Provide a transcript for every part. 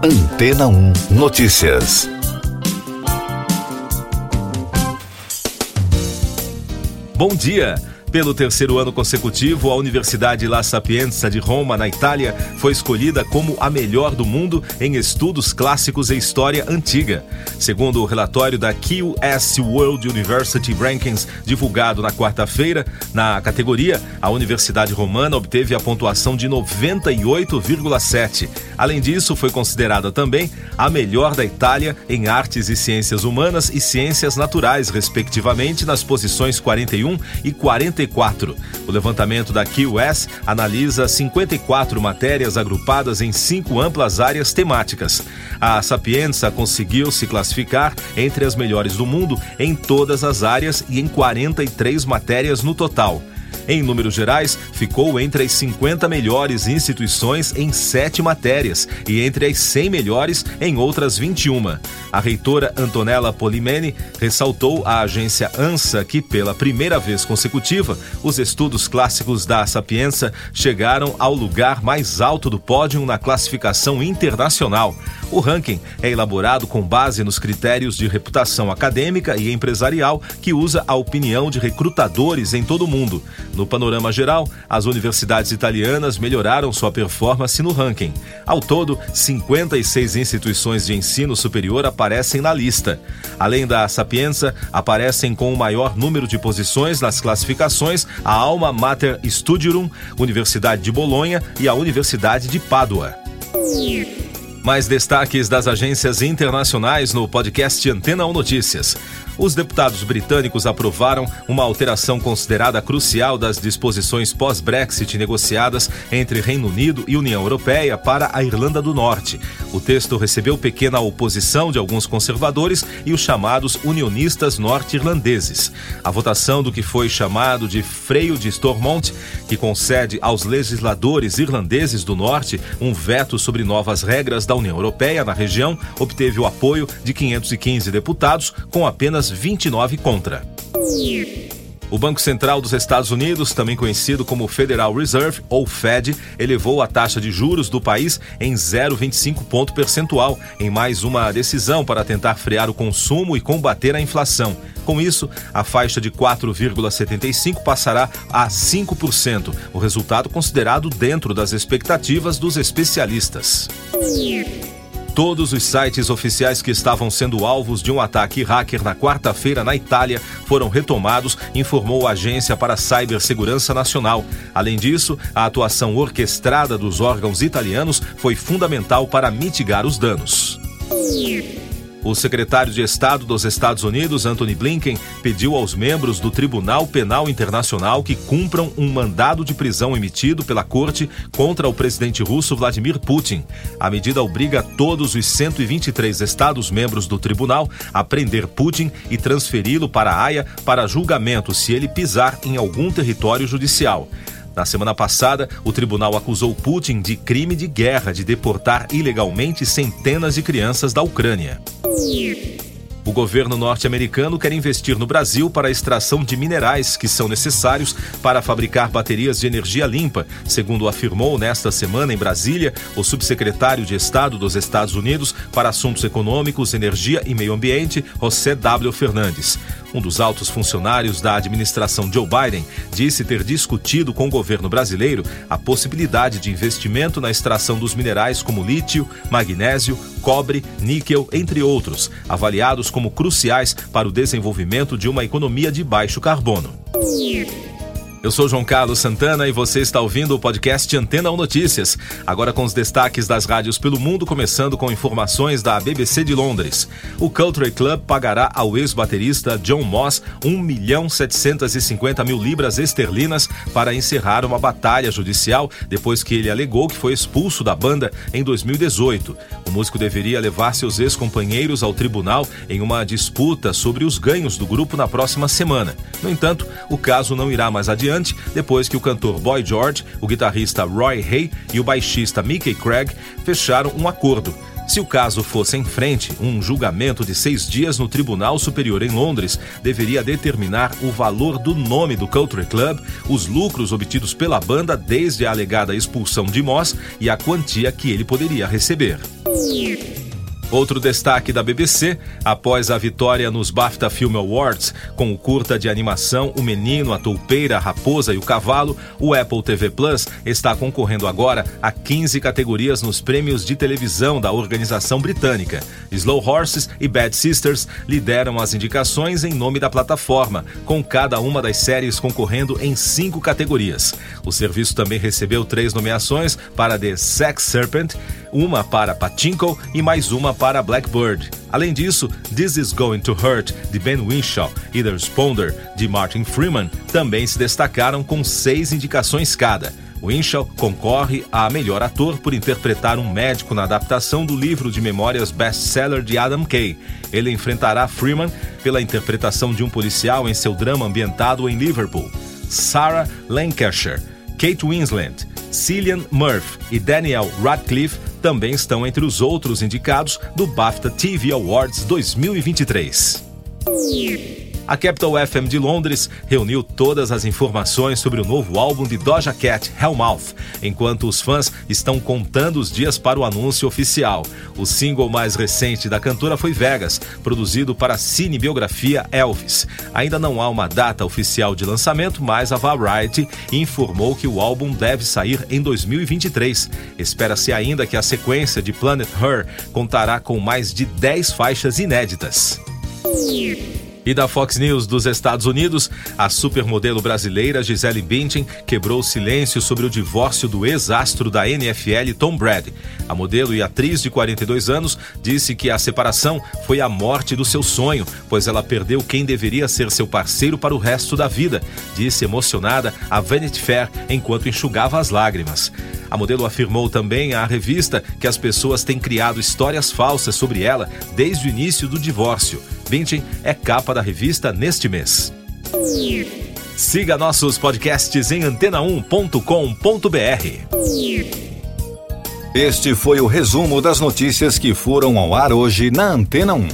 Antena 1 Notícias. Bom dia! Pelo terceiro ano consecutivo, a Universidade La Sapienza de Roma, na Itália, foi escolhida como a melhor do mundo em estudos clássicos e história antiga. Segundo o relatório da QS World University Rankings, divulgado na quarta-feira, na categoria, a Universidade Romana obteve a pontuação de 98,7. Além disso, foi considerada também a melhor da Itália em artes e ciências humanas e ciências naturais, respectivamente, nas posições 41 e 44. O levantamento da QS analisa 54 matérias agrupadas em 5 amplas áreas temáticas. A Sapienza conseguiu se classificar entre as melhores do mundo em todas as áreas e em 43 matérias no total. Em números gerais, ficou entre as 50 melhores instituições em 7 matérias e entre as 100 melhores em outras 21. A reitora Antonella Polimeni ressaltou à agência ANSA que, pela primeira vez consecutiva, os estudos clássicos da Sapienza chegaram ao lugar mais alto do pódio na classificação internacional. O ranking é elaborado com base nos critérios de reputação acadêmica e empresarial que usa a opinião de recrutadores em todo o mundo. No panorama geral, as universidades italianas melhoraram sua performance no ranking. Ao todo, 56 instituições de ensino superior aparecem na lista. Além da Sapienza, aparecem com o maior número de posições nas classificações a Alma Mater Studiorum, Universidade de Bolonha e a Universidade de Pádua. Mais destaques das agências internacionais no podcast Antena 1 Notícias. Os deputados britânicos aprovaram uma alteração considerada crucial das disposições pós-Brexit negociadas entre Reino Unido e União Europeia para a Irlanda do Norte. O texto recebeu pequena oposição de alguns conservadores e os chamados unionistas norte-irlandeses. A votação do que foi chamado de Freio de Stormont, que concede aos legisladores irlandeses do Norte um veto sobre novas regras da União Europeia na região, obteve o apoio de 515 deputados, com apenas 29 contra. O Banco Central dos Estados Unidos, também conhecido como Federal Reserve, ou Fed, elevou a taxa de juros do país em 0,25 ponto percentual, em mais uma decisão para tentar frear o consumo e combater a inflação. Com isso, a faixa de 4,75% passará a 5%, o resultado considerado dentro das expectativas dos especialistas. Todos os sites oficiais que estavam sendo alvos de um ataque hacker na quarta-feira na Itália foram retomados, informou a Agência para a Cibersegurança Nacional. Além disso, a atuação orquestrada dos órgãos italianos foi fundamental para mitigar os danos. O secretário de Estado dos Estados Unidos, Antony Blinken, pediu aos membros do Tribunal Penal Internacional que cumpram um mandado de prisão emitido pela Corte contra o presidente russo Vladimir Putin. A medida obriga todos os 123 Estados-membros do tribunal a prender Putin e transferi-lo para a Haia para julgamento se ele pisar em algum território judicial. Na semana passada, o tribunal acusou Putin de crime de guerra de deportar ilegalmente centenas de crianças da Ucrânia. O governo norte-americano quer investir no Brasil para a extração de minerais que são necessários para fabricar baterias de energia limpa, segundo afirmou nesta semana em Brasília o subsecretário de Estado dos Estados Unidos para Assuntos Econômicos, Energia e Meio Ambiente, José W. Fernandes. Um dos altos funcionários da administração Joe Biden disse ter discutido com o governo brasileiro a possibilidade de investimento na extração dos minerais como lítio, magnésio, cobre, níquel, entre outros, avaliados como cruciais para o desenvolvimento de uma economia de baixo carbono. Eu sou João Carlos Santana e você está ouvindo o podcast Antena 1 Notícias. Agora com os destaques das rádios pelo mundo, começando com informações da BBC de Londres. O Culture Club pagará ao ex-baterista John Moss 1.750.000 libras esterlinas para encerrar uma batalha judicial depois que ele alegou que foi expulso da banda em 2018. O músico deveria levar seus ex-companheiros ao tribunal em uma disputa sobre os ganhos do grupo na próxima semana. No entanto, o caso não irá mais adiante depois que o cantor Boy George, o guitarrista Roy Hay e o baixista Mickey Craig fecharam um acordo. Se o caso fosse em frente, um julgamento de 6 dias no Tribunal Superior em Londres deveria determinar o valor do nome do Country Club, os lucros obtidos pela banda desde a alegada expulsão de Moss e a quantia que ele poderia receber. Outro destaque da BBC, após a vitória nos BAFTA Film Awards, com o curta de animação O Menino, a Toupeira, a Raposa e o Cavalo, o Apple TV Plus está concorrendo agora a 15 categorias nos prêmios de televisão da organização britânica. Slow Horses e Bad Sisters lideram as indicações em nome da plataforma, com cada uma das séries concorrendo em 5 categorias. O serviço também recebeu 3 nomeações para The Sex Serpent, uma para Pachinko e mais uma para Blackbird. Além disso, This Is Going to Hurt, de Ben Whishaw, e The Responder, de Martin Freeman, também se destacaram com 6 indicações cada. Whishaw concorre a melhor ator por interpretar um médico na adaptação do livro de memórias best-seller de Adam Kay. Ele enfrentará Freeman pela interpretação de um policial em seu drama ambientado em Liverpool. Sarah Lancashire, Kate Winslet, Cillian Murphy e Daniel Radcliffe também estão entre os outros indicados do BAFTA TV Awards 2023. A Capital FM de Londres reuniu todas as informações sobre o novo álbum de Doja Cat, Hellmouth, enquanto os fãs estão contando os dias para o anúncio oficial. O single mais recente da cantora foi Vegas, produzido para a cinebiografia Elvis. Ainda não há uma data oficial de lançamento, mas a Variety informou que o álbum deve sair em 2023. Espera-se ainda que a sequência de Planet Her contará com mais de 10 faixas inéditas. E da Fox News dos Estados Unidos, a supermodelo brasileira Gisele Bündchen quebrou o silêncio sobre o divórcio do ex-astro da NFL Tom Brady. A modelo e atriz de 42 anos disse que a separação foi a morte do seu sonho, pois ela perdeu quem deveria ser seu parceiro para o resto da vida, disse emocionada a Vanity Fair enquanto enxugava as lágrimas. A modelo afirmou também à revista que as pessoas têm criado histórias falsas sobre ela desde o início do divórcio. Bündchen é capa da revista neste mês. Siga nossos podcasts em antena1.com.br. Este foi o resumo das notícias que foram ao ar hoje na Antena 1.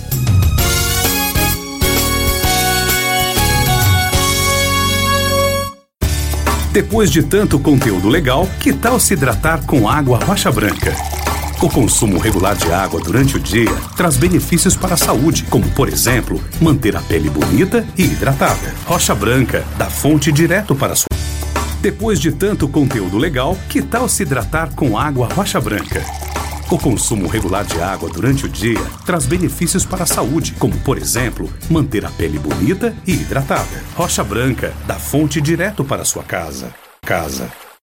Depois de tanto conteúdo legal, que tal se hidratar com água Rocha Branca? O consumo regular de água durante o dia traz benefícios para a saúde, como, por exemplo, manter a pele bonita e hidratada. Rocha Branca, da fonte direto para a sua... Depois de tanto conteúdo legal, que tal se hidratar com água Rocha Branca? O consumo regular de água durante o dia traz benefícios para a saúde, como, por exemplo, manter a pele bonita e hidratada. Rocha Branca, da fonte direto para a sua casa.